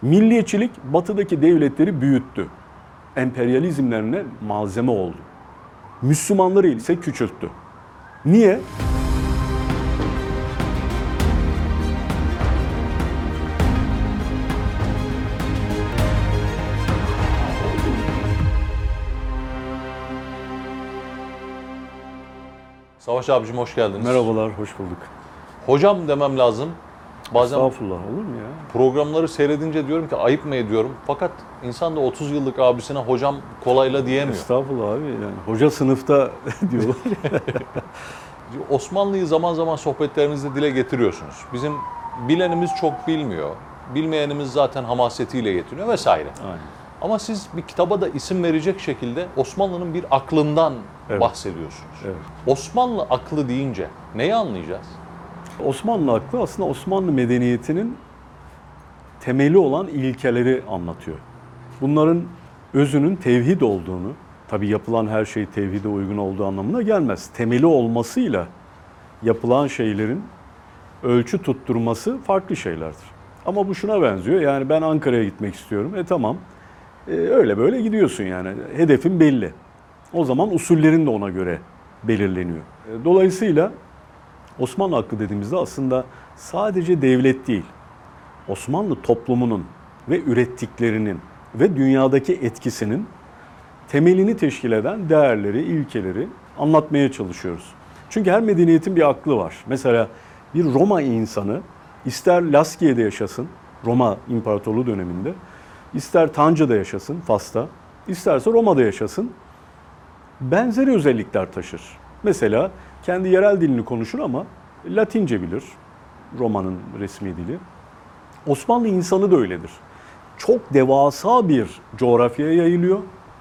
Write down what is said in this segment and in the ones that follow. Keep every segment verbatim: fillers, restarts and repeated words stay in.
Milliyetçilik batıdaki devletleri büyüttü. Emperyalizmlerine malzeme oldu. Müslümanları ise küçülttü. Niye? Savaş abicim hoş geldiniz. Merhabalar, hoş bulduk. Hocam demem lazım. Bazen Estağfurullah, olur mu ya? programları seyredince diyorum ki ayıp mı ediyorum? Fakat insan da otuz yıllık abisine hocam kolayla diyemiyor. Estağfurullah abi, yani hoca sınıfta diyorlar. Osmanlı'yı zaman zaman sohbetlerinizde dile getiriyorsunuz. Bizim bilenimiz çok bilmiyor. Bilmeyenimiz zaten hamasetiyle getiriyor vesaire. Aynen. Ama siz bir kitaba da isim verecek şekilde Osmanlı'nın bir aklından Evet. bahsediyorsunuz. Evet. Osmanlı aklı deyince neyi anlayacağız? Osmanlı aklı aslında Osmanlı medeniyetinin temeli olan ilkeleri anlatıyor. Bunların özünün tevhid olduğunu, tabii yapılan her şey tevhide uygun olduğu anlamına gelmez. Temeli olmasıyla yapılan şeylerin ölçü tutturması farklı şeylerdir. Ama bu şuna benziyor, yani ben Ankara'ya gitmek istiyorum. E tamam, e, öyle böyle gidiyorsun yani. Hedefin belli. O zaman usullerin de ona göre belirleniyor. E, dolayısıyla Osmanlı aklı dediğimizde aslında sadece devlet değil, Osmanlı toplumunun ve ürettiklerinin ve dünyadaki etkisinin temelini teşkil eden değerleri, ilkeleri anlatmaya çalışıyoruz. Çünkü her medeniyetin bir aklı var. Mesela bir Roma insanı ister Laskiye'de yaşasın, Roma İmparatorluğu döneminde, ister Tanca'da yaşasın, Fas'ta, isterse Roma'da yaşasın, benzeri özellikler taşır. Mesela kendi yerel dilini konuşur ama Latince bilir, Roma'nın resmi dili. Osmanlı insanı da öyledir. Çok devasa bir coğrafyaya yayılıyor.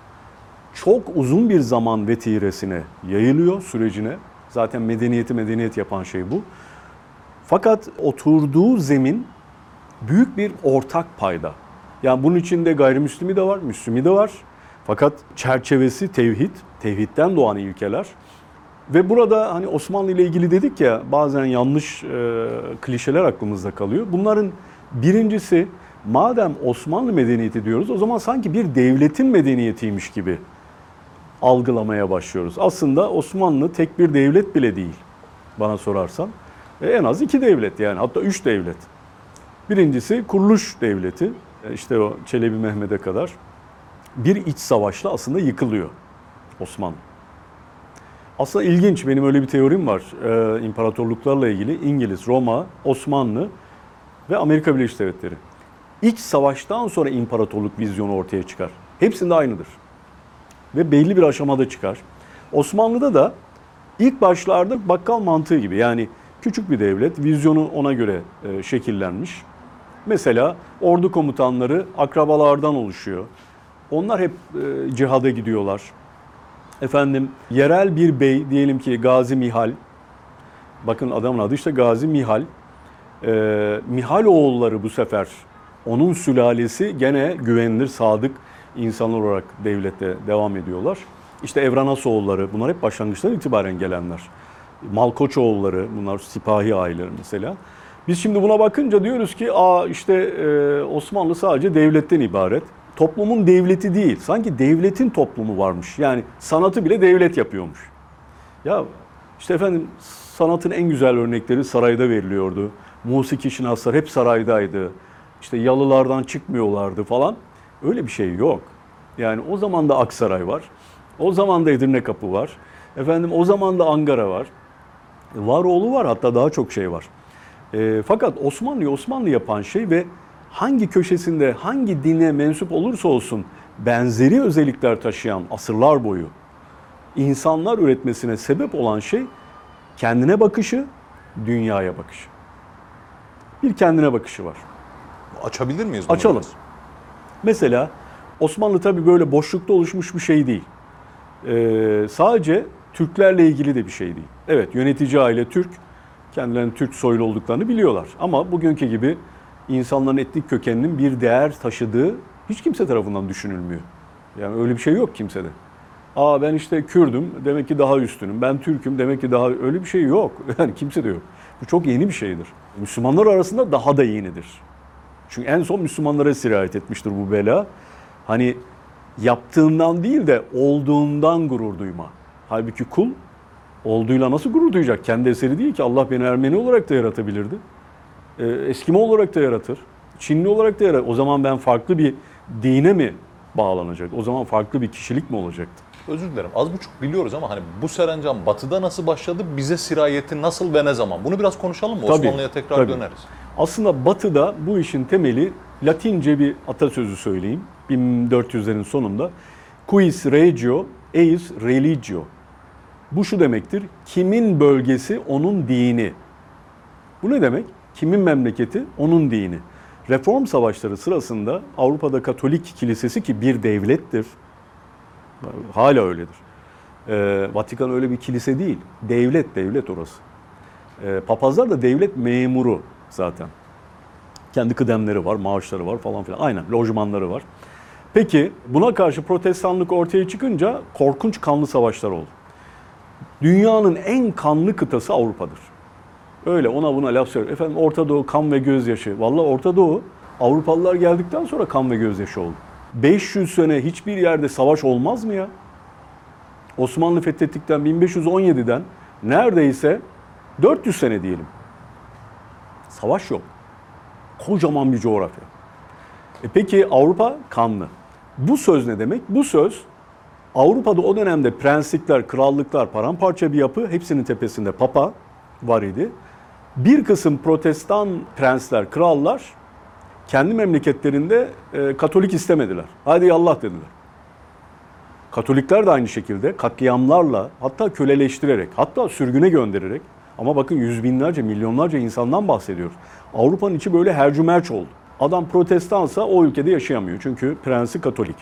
Çok uzun bir zaman vetiresine yayılıyor, sürecine. Zaten medeniyeti medeniyet yapan şey bu. Fakat oturduğu zemin büyük bir ortak payda. Yani bunun içinde gayrimüslimi de var, Müslümi de var. Fakat çerçevesi tevhid, tevhidden doğan ilkeler. Ve burada hani Osmanlı ile ilgili dedik ya, bazen yanlış e, klişeler aklımızda kalıyor. Bunların birincisi, madem Osmanlı medeniyeti diyoruz, o zaman sanki bir devletin medeniyetiymiş gibi algılamaya başlıyoruz. Aslında Osmanlı tek bir devlet bile değil bana sorarsan. E, en az iki devlet, yani hatta üç devlet. Birincisi kuruluş devleti, e, işte o Çelebi Mehmet'e kadar bir iç savaşla aslında yıkılıyor Osmanlı. Aslında ilginç, benim öyle bir teorim var. Ee, imparatorluklarla ilgili İngiliz, Roma, Osmanlı ve Amerika Birleşik Devletleri. İç savaştan sonra imparatorluk vizyonu ortaya çıkar. Hepsinde aynıdır. Ve belli bir aşamada çıkar. Osmanlı'da da ilk başlarda bakkal mantığı gibi, yani küçük bir devlet, vizyonu ona göre e, şekillenmiş. Mesela ordu komutanları akrabalardan oluşuyor. Onlar hep e, cihada gidiyorlar. Efendim, yerel bir bey, diyelim ki Gazi Mihal, bakın adamın adı işte Gazi Mihal. Ee, Mihal oğulları bu sefer, onun sülalesi gene güvenilir, sadık insanlar olarak devlette devam ediyorlar. İşte Evranas oğulları, bunlar hep başlangıçtan itibaren gelenler. Malkoç oğulları, bunlar sipahi aileleri mesela. Biz şimdi buna bakınca diyoruz ki, aa işte e, Osmanlı sadece devletten ibaret. Toplumun devleti değil, sanki devletin toplumu varmış. Yani sanatı bile devlet yapıyormuş. Ya işte efendim, sanatın en güzel örnekleri sarayda veriliyordu. Musiki şinaslar hep saraydaydı. İşte yalılardan çıkmıyorlardı falan. Öyle bir şey yok. Yani o zaman da Aksaray var. O zaman da Edirne Kapı var. Efendim o zaman da Ankara var. Varoğlu var, hatta daha çok şey var. E, fakat Osmanlı'yı Osmanlı yapan şey ve hangi köşesinde, hangi dine mensup olursa olsun benzeri özellikler taşıyan asırlar boyu insanlar üretmesine sebep olan şey kendine bakışı, dünyaya bakışı. Bir kendine bakışı var. Açabilir miyiz bunu? Açalım. biraz? Mesela Osmanlı tabii böyle boşlukta oluşmuş bir şey değil. Ee, sadece Türklerle ilgili de bir şey değil. Evet, yönetici aile Türk, kendilerinin Türk soylu olduklarını biliyorlar. Ama bugünkü gibi insanların etnik kökeninin bir değer taşıdığı hiç kimse tarafından düşünülmüyor. Yani öyle bir şey yok kimsede. Aa ben işte Kürdüm, demek ki daha üstünüm. Ben Türk'üm, demek ki daha... Öyle bir şey yok. Yani kimsede yok. Bu çok yeni bir şeydir. Müslümanlar arasında daha da yenidir. Çünkü en son Müslümanlara sirayet etmiştir bu bela. Hani yaptığından değil de olduğundan gurur duyma. Halbuki kul olduğuyla nasıl gurur duyacak? Kendi eseri değil ki. Allah beni Ermeni olarak da yaratabilirdi. Ee, Eskimo olarak da yaratır. Çinli olarak da yaratır. O zaman ben farklı bir dine mi bağlanacak? O zaman farklı bir kişilik mi olacaktı? Özür dilerim. Az buçuk biliyoruz ama hani bu serencam batıda nasıl başladı, bize sirayeti nasıl ve ne zaman? Bunu biraz konuşalım mı? Tabii, Osmanlı'ya tekrar tabii. döneriz. Aslında Batı'da bu işin temeli Latince bir atasözü söyleyeyim. bin dört yüzlerin sonunda. Quis regio, eis religio. Bu şu demektir. Kimin bölgesi onun dini. Bu ne demek? Kimin memleketi onun dini. Reform savaşları sırasında Avrupa'da Katolik kilisesi ki bir devlettir. Hala öyledir. Ee, Vatikan öyle bir kilise değil. Devlet, devlet orası. Ee, papazlar da devlet memuru zaten. Kendi kıdemleri var, maaşları var falan filan. Aynen, lojmanları var. Peki buna karşı protestanlık ortaya çıkınca korkunç kanlı savaşlar oldu. Dünyanın en kanlı kıtası Avrupa'dır. Öyle ona buna laf söylüyor. Efendim Orta Doğu kan ve gözyaşı. Vallahi Orta Doğu Avrupalılar geldikten sonra kan ve gözyaşı oldu. beş yüz sene hiçbir yerde savaş olmaz mı ya? Osmanlı fethettikten bin beş yüz on yediden neredeyse dört yüz sene diyelim. Savaş yok. Kocaman bir coğrafya. E peki Avrupa kanlı. Bu söz ne demek? Bu söz Avrupa'da o dönemde prenslikler, krallıklar, paramparça bir yapı. Hepsinin tepesinde papa var idi. Bir kısım protestan prensler, krallar kendi memleketlerinde e, Katolik istemediler. Hadi yallah dediler. Katolikler de aynı şekilde katliamlarla, hatta köleleştirerek, hatta sürgüne göndererek, ama bakın yüz binlerce, milyonlarca insandan bahsediyoruz. Avrupa'nın içi böyle hercümerç oldu. Adam protestansa o ülkede yaşayamıyor. Çünkü prensi Katolik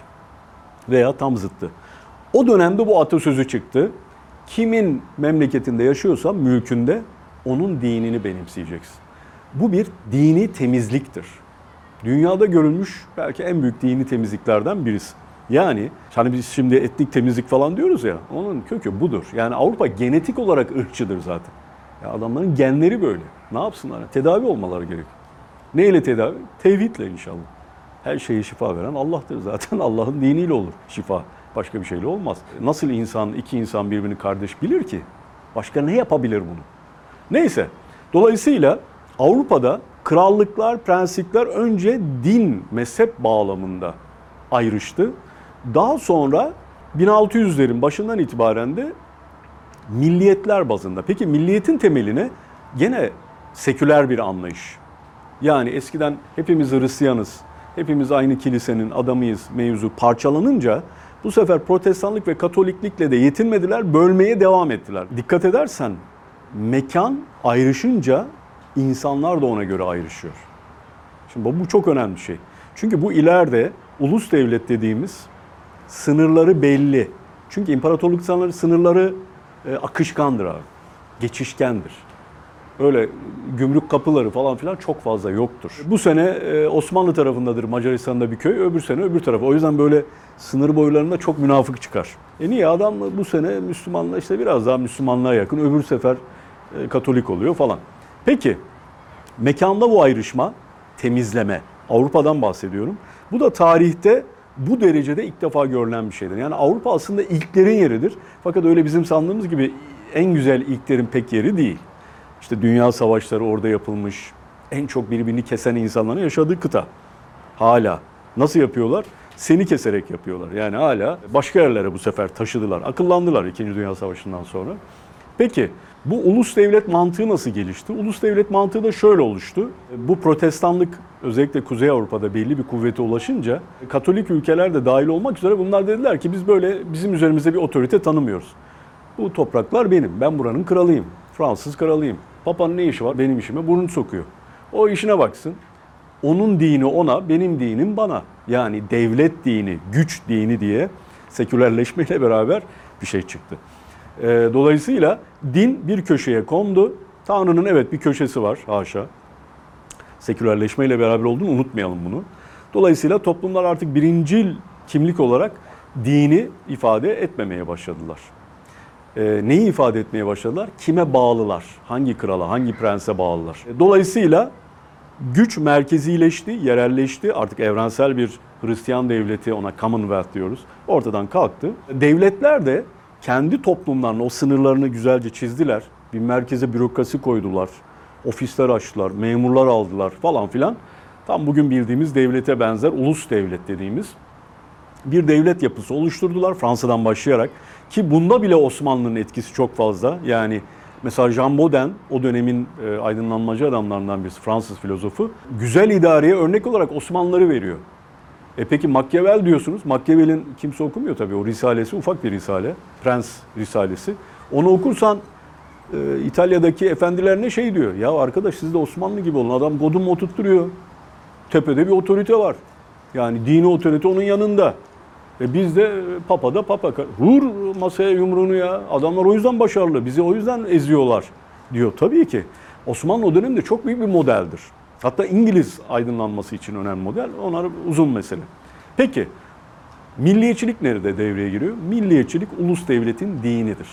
veya tam zıttı. O dönemde bu atasözü çıktı. Kimin memleketinde yaşıyorsan mülkünde onun dinini benimseyeceksin. Bu bir dini temizliktir. Dünyada görülmüş belki en büyük dini temizliklerden birisi. Yani hani biz şimdi etnik temizlik falan diyoruz ya, onun kökü budur. Yani Avrupa genetik olarak ırkçıdır zaten. Ya adamların genleri böyle. Ne yapsınlar? Tedavi olmaları gerekiyor. Neyle tedavi? Tevhidle inşallah. Her şeye şifa veren Allah'tır zaten. Allah'ın diniyle olur şifa. Başka bir şeyle olmaz. Nasıl insan, iki insan birbirini kardeş bilir ki? Başka ne yapabilir bunu? Neyse. Dolayısıyla Avrupa'da krallıklar, prenslikler önce din, mezhep bağlamında ayrıştı. Daha sonra bin altı yüzlerin başından itibaren de milliyetler bazında. Peki milliyetin temeline gene seküler bir anlayış. Yani eskiden hepimiz Hristiyanız, hepimiz aynı kilisenin adamıyız mevzu parçalanınca bu sefer protestanlık ve katoliklikle de yetinmediler, bölmeye devam ettiler. Dikkat edersen mekan ayrışınca insanlar da ona göre ayrışıyor. Şimdi bu çok önemli bir şey. Çünkü bu ileride ulus devlet dediğimiz sınırları belli. Çünkü imparatorluk sınırları e, akışkandır abi. Geçişkendir. Öyle gümrük kapıları falan filan çok fazla yoktur. Bu sene e, Osmanlı tarafındadır Macaristan'da bir köy, öbür sene öbür tarafı. O yüzden böyle sınır boylarında çok münafık çıkar. E niye adam bu sene Müslümanla işte biraz daha Müslümanlığa yakın, öbür sefer e, Katolik oluyor falan. Peki mekanda bu ayrışma, temizleme, Avrupa'dan bahsediyorum. Bu da tarihte bu derecede ilk defa görülen bir şeydir. Yani Avrupa aslında ilklerin yeridir. Fakat öyle bizim sandığımız gibi en güzel ilklerin pek yeri değil. İşte dünya savaşları orada yapılmış. En çok birbirini kesen insanların yaşadığı kıta. Hala. Nasıl yapıyorlar? Seni keserek yapıyorlar. Yani hala başka yerlere bu sefer taşıdılar. Akıllandılar İkinci Dünya Savaşı'ndan sonra. Peki bu ulus devlet mantığı nasıl gelişti? Ulus devlet mantığı da şöyle oluştu. Bu protestanlık özellikle Kuzey Avrupa'da belli bir kuvvete ulaşınca Katolik ülkeler de dahil olmak üzere bunlar dediler ki biz böyle bizim üzerimizde bir otorite tanımıyoruz. Bu topraklar benim. Ben buranın kralıyım. Fransız kralıyım. Papa'nın ne işi var? Benim işime burnunu sokuyor. O işine baksın. Onun dini ona, benim dinim bana. Yani devlet dini, güç dini diye sekülerleşmeyle beraber bir şey çıktı. Dolayısıyla din bir köşeye kondu. Tanrı'nın evet bir köşesi var haşa. Sekülerleşmeyle beraber olduğunu unutmayalım bunu. Dolayısıyla toplumlar artık birincil kimlik olarak dini ifade etmemeye başladılar. E, neyi ifade etmeye başladılar? Kime bağlılar? Hangi krala, hangi prense bağlılar? Dolayısıyla Güç merkezileşti, yerelleşti. Artık evrensel bir Hristiyan devleti, ona Commonwealth diyoruz, ortadan kalktı. Devletler de kendi toplumlarının o sınırlarını güzelce çizdiler. Bir merkeze bürokrasi koydular, ofisler açtılar, memurlar aldılar falan filan. Tam bugün bildiğimiz devlete benzer ulus devlet dediğimiz bir devlet yapısı oluşturdular Fransa'dan başlayarak. Ki bunda bile Osmanlı'nın etkisi çok fazla. Yani mesela Jean Bodin, o dönemin e, aydınlanmacı adamlarından birisi, Fransız filozofu, güzel idareye örnek olarak Osmanlıları veriyor. E peki Machiavelli diyorsunuz. Machiavelli'nin kimse okumuyor tabii. O risalesi ufak bir risale. Prens risalesi. Onu okursan e, İtalya'daki efendiler ne şey diyor. Ya arkadaş siz de Osmanlı gibi olun. Adam godum oturtturuyor. Tepede bir otorite var. Yani dini otorite onun yanında. E biz de papada papa. Vur masaya yumruğunu ya. Adamlar o yüzden başarılı. Bizi o yüzden eziyorlar diyor. Tabii ki. Osmanlı o dönemde çok büyük bir modeldir. Hatta İngiliz aydınlanması için önemli model. Onlar uzun mesele. Peki, milliyetçilik nerede devreye giriyor? Milliyetçilik ulus devletin dinidir.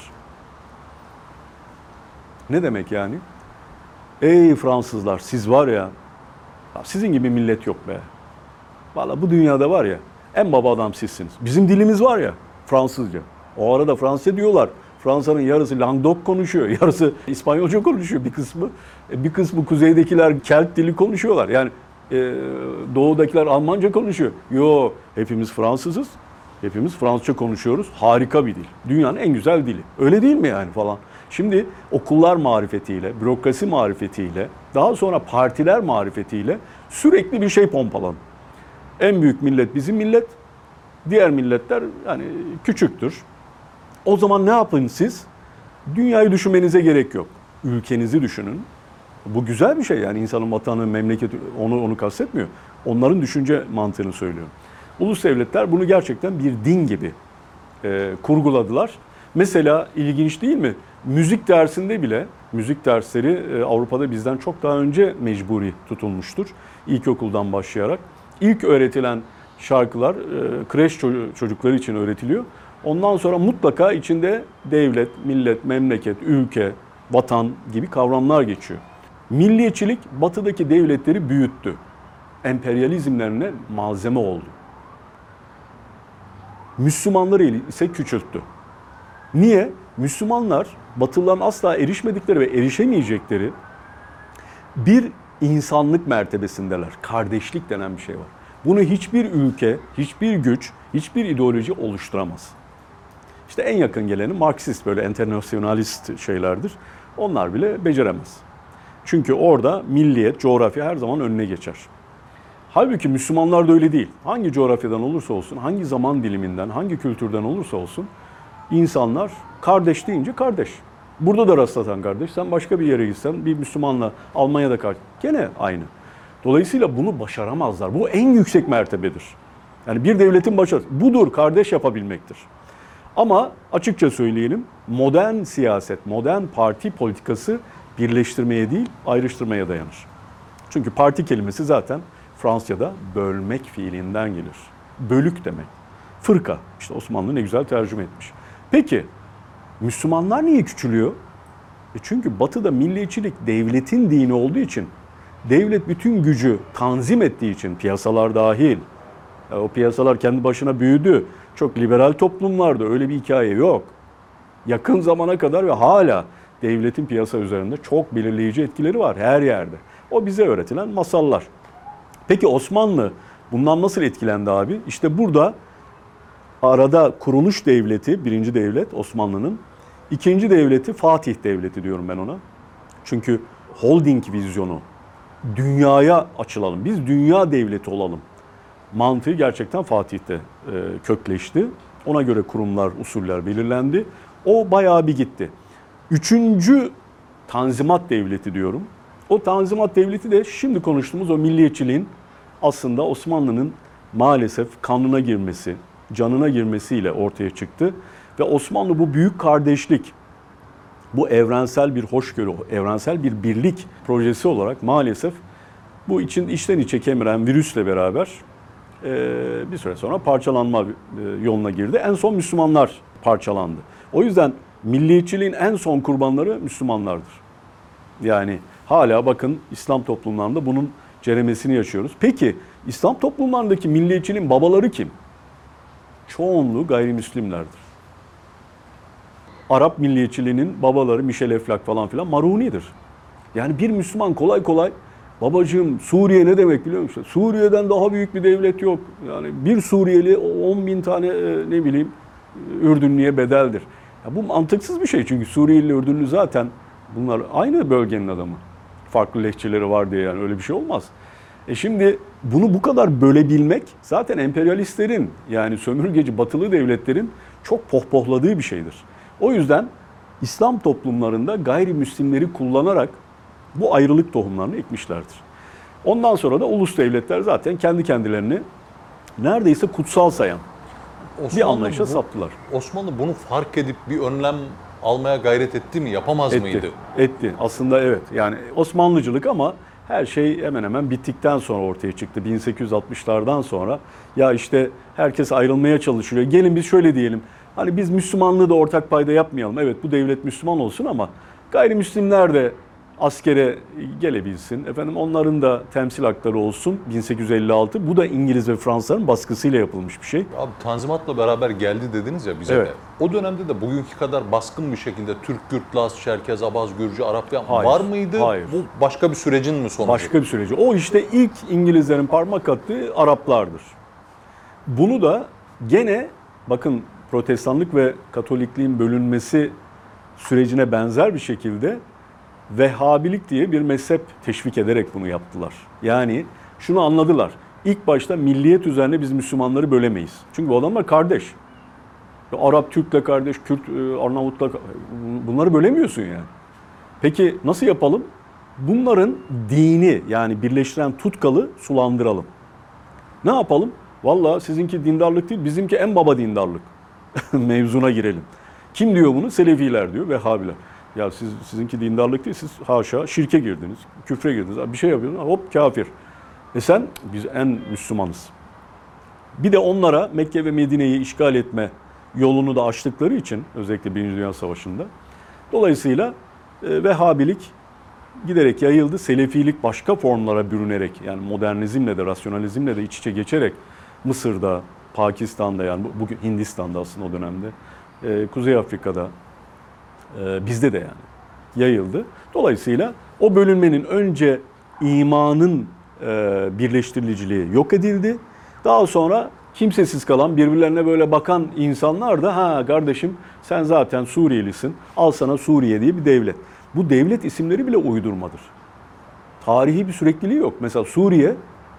Ne demek yani? Ey Fransızlar siz var ya, sizin gibi millet yok be. Vallahi bu dünyada var ya, en baba adam sizsiniz. Bizim dilimiz var ya, Fransızca. O arada Fransızca diyorlar. Fransa'nın yarısı Languedoc konuşuyor, yarısı İspanyolca konuşuyor bir kısmı. Bir kısmı kuzeydekiler Kelt dili konuşuyorlar. Yani e, doğudakiler Almanca konuşuyor. Yo, hepimiz Fransızız. Hepimiz Fransızca konuşuyoruz. Harika bir dil. Dünyanın en güzel dili. Öyle değil mi yani falan? Şimdi okullar marifetiyle, bürokrasi marifetiyle, daha sonra partiler marifetiyle sürekli bir şey pompalan. En büyük millet bizim millet. Diğer milletler yani küçüktür. O zaman ne yapın siz? Dünyayı düşünmenize gerek yok. Ülkenizi düşünün. Bu güzel bir şey yani insanın vatanı, memleketi onu onu kastetmiyor. Onların düşünce mantığını söylüyorum. Ulus devletler bunu gerçekten bir din gibi e, kurguladılar. Mesela ilginç değil mi? Müzik dersinde bile, müzik dersleri e, Avrupa'da bizden çok daha önce mecburi tutulmuştur. İlkokuldan başlayarak. İlk öğretilen şarkılar e, kreş çocukları için öğretiliyor. Ondan sonra mutlaka içinde devlet, millet, memleket, ülke, vatan gibi kavramlar geçiyor. Milliyetçilik batıdaki devletleri büyüttü. Emperyalizmlerine malzeme oldu. Müslümanları ise küçülttü. Niye? Müslümanlar Batılıların asla erişmedikleri ve erişemeyecekleri bir insanlık mertebesindeler. Kardeşlik denen bir şey var. Bunu hiçbir ülke, hiçbir güç, hiçbir ideoloji oluşturamaz. İşte en yakın geleni Marksist, böyle internasyonalist şeylerdir. Onlar bile beceremez. Çünkü orada milliyet, coğrafya her zaman önüne geçer. Halbuki Müslümanlar da öyle değil. Hangi coğrafyadan olursa olsun, hangi zaman diliminden, hangi kültürden olursa olsun insanlar kardeş deyince kardeş. Burada da rastlatan kardeş. Sen başka bir yere gitsen bir Müslümanla Almanya'da kardeş. Gene aynı. Dolayısıyla bunu başaramazlar. Bu en yüksek mertebedir. Yani bir devletin başarısı budur, kardeş yapabilmektir. Ama açıkça söyleyelim, modern siyaset, modern parti politikası birleştirmeye değil, ayrıştırmaya dayanır. Çünkü parti kelimesi zaten Fransızca'da bölmek fiilinden gelir. Bölük demek. Fırka. İşte Osmanlı ne güzel tercüme etmiş. Peki, Müslümanlar niye küçülüyor? E çünkü Batı'da milliyetçilik devletin dini olduğu için, devlet bütün gücü tanzim ettiği için, piyasalar dahil, o piyasalar kendi başına büyüdü. Çok liberal toplumlarda öyle bir hikaye yok. Yakın zamana kadar ve hala devletin piyasa üzerinde çok belirleyici etkileri var her yerde. O bize öğretilen masallar. Peki Osmanlı bundan nasıl etkilendi abi? İşte burada arada kuruluş devleti, birinci devlet Osmanlı'nın, ikinci devleti Fatih Devleti diyorum ben ona. Çünkü holding vizyonu, dünyaya açılalım, biz dünya devleti olalım mantığı gerçekten Fatih'te e, kökleşti. Ona göre kurumlar, usuller belirlendi. O bayağı bir gitti. Üçüncü Tanzimat Devleti diyorum. O Tanzimat Devleti de şimdi konuştuğumuz o milliyetçiliğin aslında Osmanlı'nın maalesef kanına girmesi, canına girmesiyle ortaya çıktı. Ve Osmanlı bu büyük kardeşlik, bu evrensel bir hoşgörü, evrensel bir birlik projesi olarak maalesef bu için içten içe kemiren virüsle beraber bir süre sonra parçalanma yoluna girdi. En son Müslümanlar parçalandı. O yüzden milliyetçiliğin en son kurbanları Müslümanlardır. Yani hala bakın İslam toplumlarında bunun ceremesini yaşıyoruz. Peki İslam toplumlarındaki milliyetçiliğin babaları kim? Çoğunluğu gayrimüslimlerdir. Arap milliyetçiliğinin babaları Michel Eflak falan filan Maruni'dir. Yani bir Müslüman kolay kolay babacığım Suriye ne demek biliyor musun? Suriye'den daha büyük bir devlet yok. Yani bir Suriyeli on bin tane ne bileyim Ürdünlü'ye bedeldir. Ya bu mantıksız bir şey çünkü Suriyeli ile Ürdünlü zaten bunlar aynı bölgenin adamı. Farklı lehçeleri var diye yani öyle bir şey olmaz. E şimdi bunu bu kadar bölebilmek zaten emperyalistlerin yani sömürgeci batılı devletlerin çok pohpohladığı bir şeydir. O yüzden İslam toplumlarında gayrimüslimleri kullanarak bu ayrılık tohumlarını ekmişlerdir. Ondan sonra da ulus devletler zaten kendi kendilerini neredeyse kutsal sayan bir anlayışa bu, saptılar. Osmanlı bunu fark edip bir önlem almaya gayret etti mi? Yapamaz Etti, mıydı? Etti. Aslında evet. Yani Osmanlıcılık ama her şey hemen hemen bittikten sonra ortaya çıktı. bin sekiz yüz altmışlardan sonra ya işte herkes ayrılmaya çalışıyor. Gelin biz şöyle diyelim. Hani biz Müslümanlığı da ortak payda yapmayalım. Evet bu devlet Müslüman olsun ama gayrimüslimler de askere gelebilsin. Efendim onların da temsil hakları olsun. bin sekiz yüz elli altı. Bu da İngiliz ve Fransızların baskısıyla yapılmış bir şey. Abi Tanzimat'la beraber geldi dediniz ya bize Evet. de. O dönemde de bugünkü kadar baskın bir şekilde Türk, Kürt, Laz, Çerkez, Abaz, Gürcü, Arap ya Hayır, var mıydı? hayır. Bu başka bir sürecin mi sonucu? Başka bir süreci. O işte ilk İngilizlerin parmak attığı Araplardır. Bunu da gene bakın Protestanlık ve Katolikliğin bölünmesi sürecine benzer bir şekilde Vehhabilik diye bir mezhep teşvik ederek bunu yaptılar. Yani şunu anladılar. İlk başta milliyet üzerine biz Müslümanları bölemeyiz. Çünkü bu adamlar kardeş. Arap Türk'le kardeş, Kürt Arnavut'la bunları bölemiyorsun yani. Peki nasıl yapalım? Bunların dini yani birleştiren tutkalı sulandıralım. Ne yapalım? Vallahi sizinki dindarlık değil, bizimki en baba dindarlık. Mevzuna girelim. Kim diyor bunu? Selefiler diyor, Vehhabiler. Ya siz sizinki dindarlık değil, siz haşa şirke girdiniz, küfre girdiniz. Bir şey yapıyorsunuz, hop kafir. E sen, biz en Müslümanız. Bir de onlara Mekke ve Medine'yi işgal etme yolunu da açtıkları için, özellikle Birinci Dünya Savaşı'nda. Dolayısıyla e, Vehhabilik giderek yayıldı. Selefilik başka formlara bürünerek, yani modernizmle de, rasyonalizmle de iç içe geçerek Mısır'da, Pakistan'da yani bugün Hindistan'da aslında o dönemde, e, Kuzey Afrika'da, e, bizde de yani yayıldı. Dolayısıyla o bölünmenin önce imanın e, birleştiriliciliği yok edildi. Daha sonra kimsesiz kalan, birbirlerine böyle bakan insanlar da ha kardeşim sen zaten Suriyelisin, al sana Suriye diye bir devlet. Bu devlet isimleri bile uydurmadır. Tarihi bir sürekliliği yok. Mesela Suriye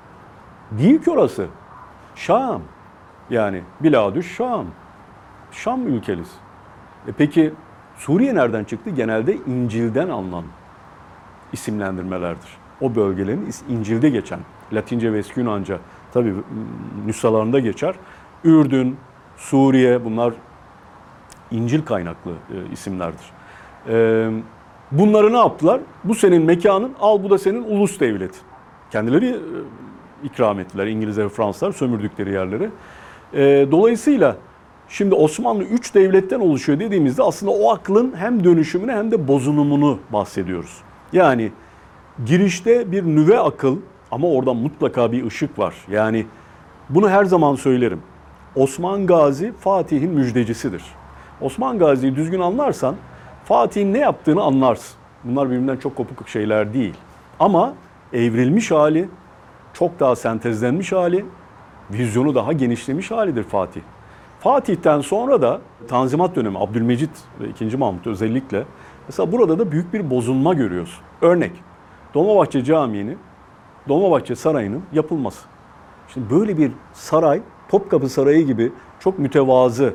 değil ki orası. Şam. Yani Biladüş Şam. Şam ülkeliz. E peki Suriye nereden çıktı? Genelde İncil'den alınan isimlendirmelerdir. O bölgelerin İncil'de geçen, Latince ve eski Yunanca tabii nüshalarında geçer. Ürdün, Suriye bunlar İncil kaynaklı e, isimlerdir. E, bunları ne yaptılar? Bu senin mekanın, al bu da senin ulus devlet. Kendileri e, ikram ettiler İngilizler ve Fransızlar sömürdükleri yerleri. E, dolayısıyla şimdi Osmanlı üç devletten oluşuyor dediğimizde aslında o aklın hem dönüşümünü hem de bozulumunu bahsediyoruz. Yani girişte bir nüve akıl ama orada mutlaka bir ışık var. Yani bunu her zaman söylerim. Osman Gazi Fatih'in müjdecisidir. Osman Gazi'yi düzgün anlarsan Fatih'in ne yaptığını anlarsın. Bunlar birbirinden çok kopuk şeyler değil. Ama evrilmiş hali, çok daha sentezlenmiş hali, vizyonu daha genişlemiş halidir Fatih. Fatih'ten sonra da Tanzimat dönemi, Abdülmecit ve ikinci. Mahmut özellikle mesela burada da büyük bir bozulma görüyoruz. Örnek, Dolmabahçe Camii'nin, Dolmabahçe Sarayı'nın yapılması. Şimdi böyle bir saray, Topkapı Sarayı gibi çok mütevazı,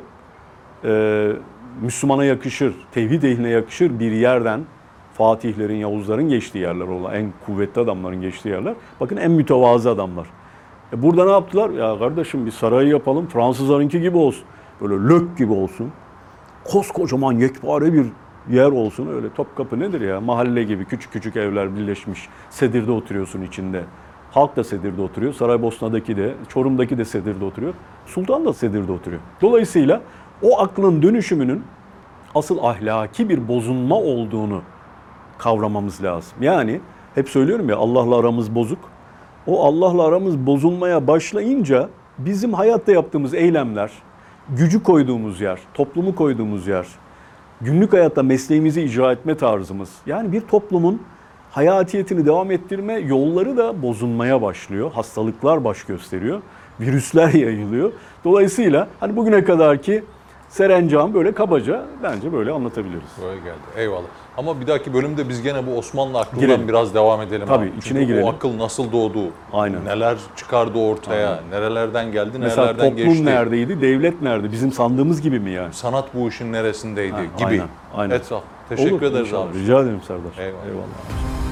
e, Müslümana yakışır, tevhid ehline yakışır bir yerden Fatihlerin, Yavuzların geçtiği yerler olan, en kuvvetli adamların geçtiği yerler. Bakın en mütevazı adamlar. E burada ne yaptılar? Ya kardeşim bir sarayı yapalım, Fransızlarınki gibi olsun. Böyle lök gibi olsun. Koskocaman yekpare bir yer olsun. Öyle Topkapı nedir ya? Mahalle gibi küçük küçük evler birleşmiş. Sedirde oturuyorsun içinde. Halk da Sedir'de oturuyor. Saraybosna'daki de, Çorum'daki de Sedir'de oturuyor. Sultan da Sedir'de oturuyor. Dolayısıyla o aklın dönüşümünün asıl ahlaki bir bozulma olduğunu kavramamız lazım. Yani hep söylüyorum ya Allah'la aramız bozuk. O Allah'la aramız bozulmaya başlayınca bizim hayatta yaptığımız eylemler, gücü koyduğumuz yer, toplumu koyduğumuz yer, günlük hayatta mesleğimizi icra etme tarzımız, yani bir toplumun hayatiyetini devam ettirme yolları da bozulmaya başlıyor. Hastalıklar baş gösteriyor, virüsler yayılıyor. Dolayısıyla hani bugüne kadarki serencam böyle kabaca bence böyle anlatabiliriz. Böyle geldi. Eyvallah. Ama bir dahaki bölümde biz gene bu Osmanlı aklından Girelim. biraz devam edelim. Tabii, abi. içine Çünkü girelim. o akıl nasıl doğdu? Aynen. Neler çıkardı ortaya? Aynen. Nerelerden geldi, Mesela nerelerden toplum geçti? neredeydi, devlet nerede? Bizim sandığımız gibi mi yani? Sanat bu işin neresindeydi Ha, gibi. aynen, aynen. Etraf. Teşekkür Olur, ederiz inşallah. abi. Rica ederim Serdar. Eyvallah. Eyvallah.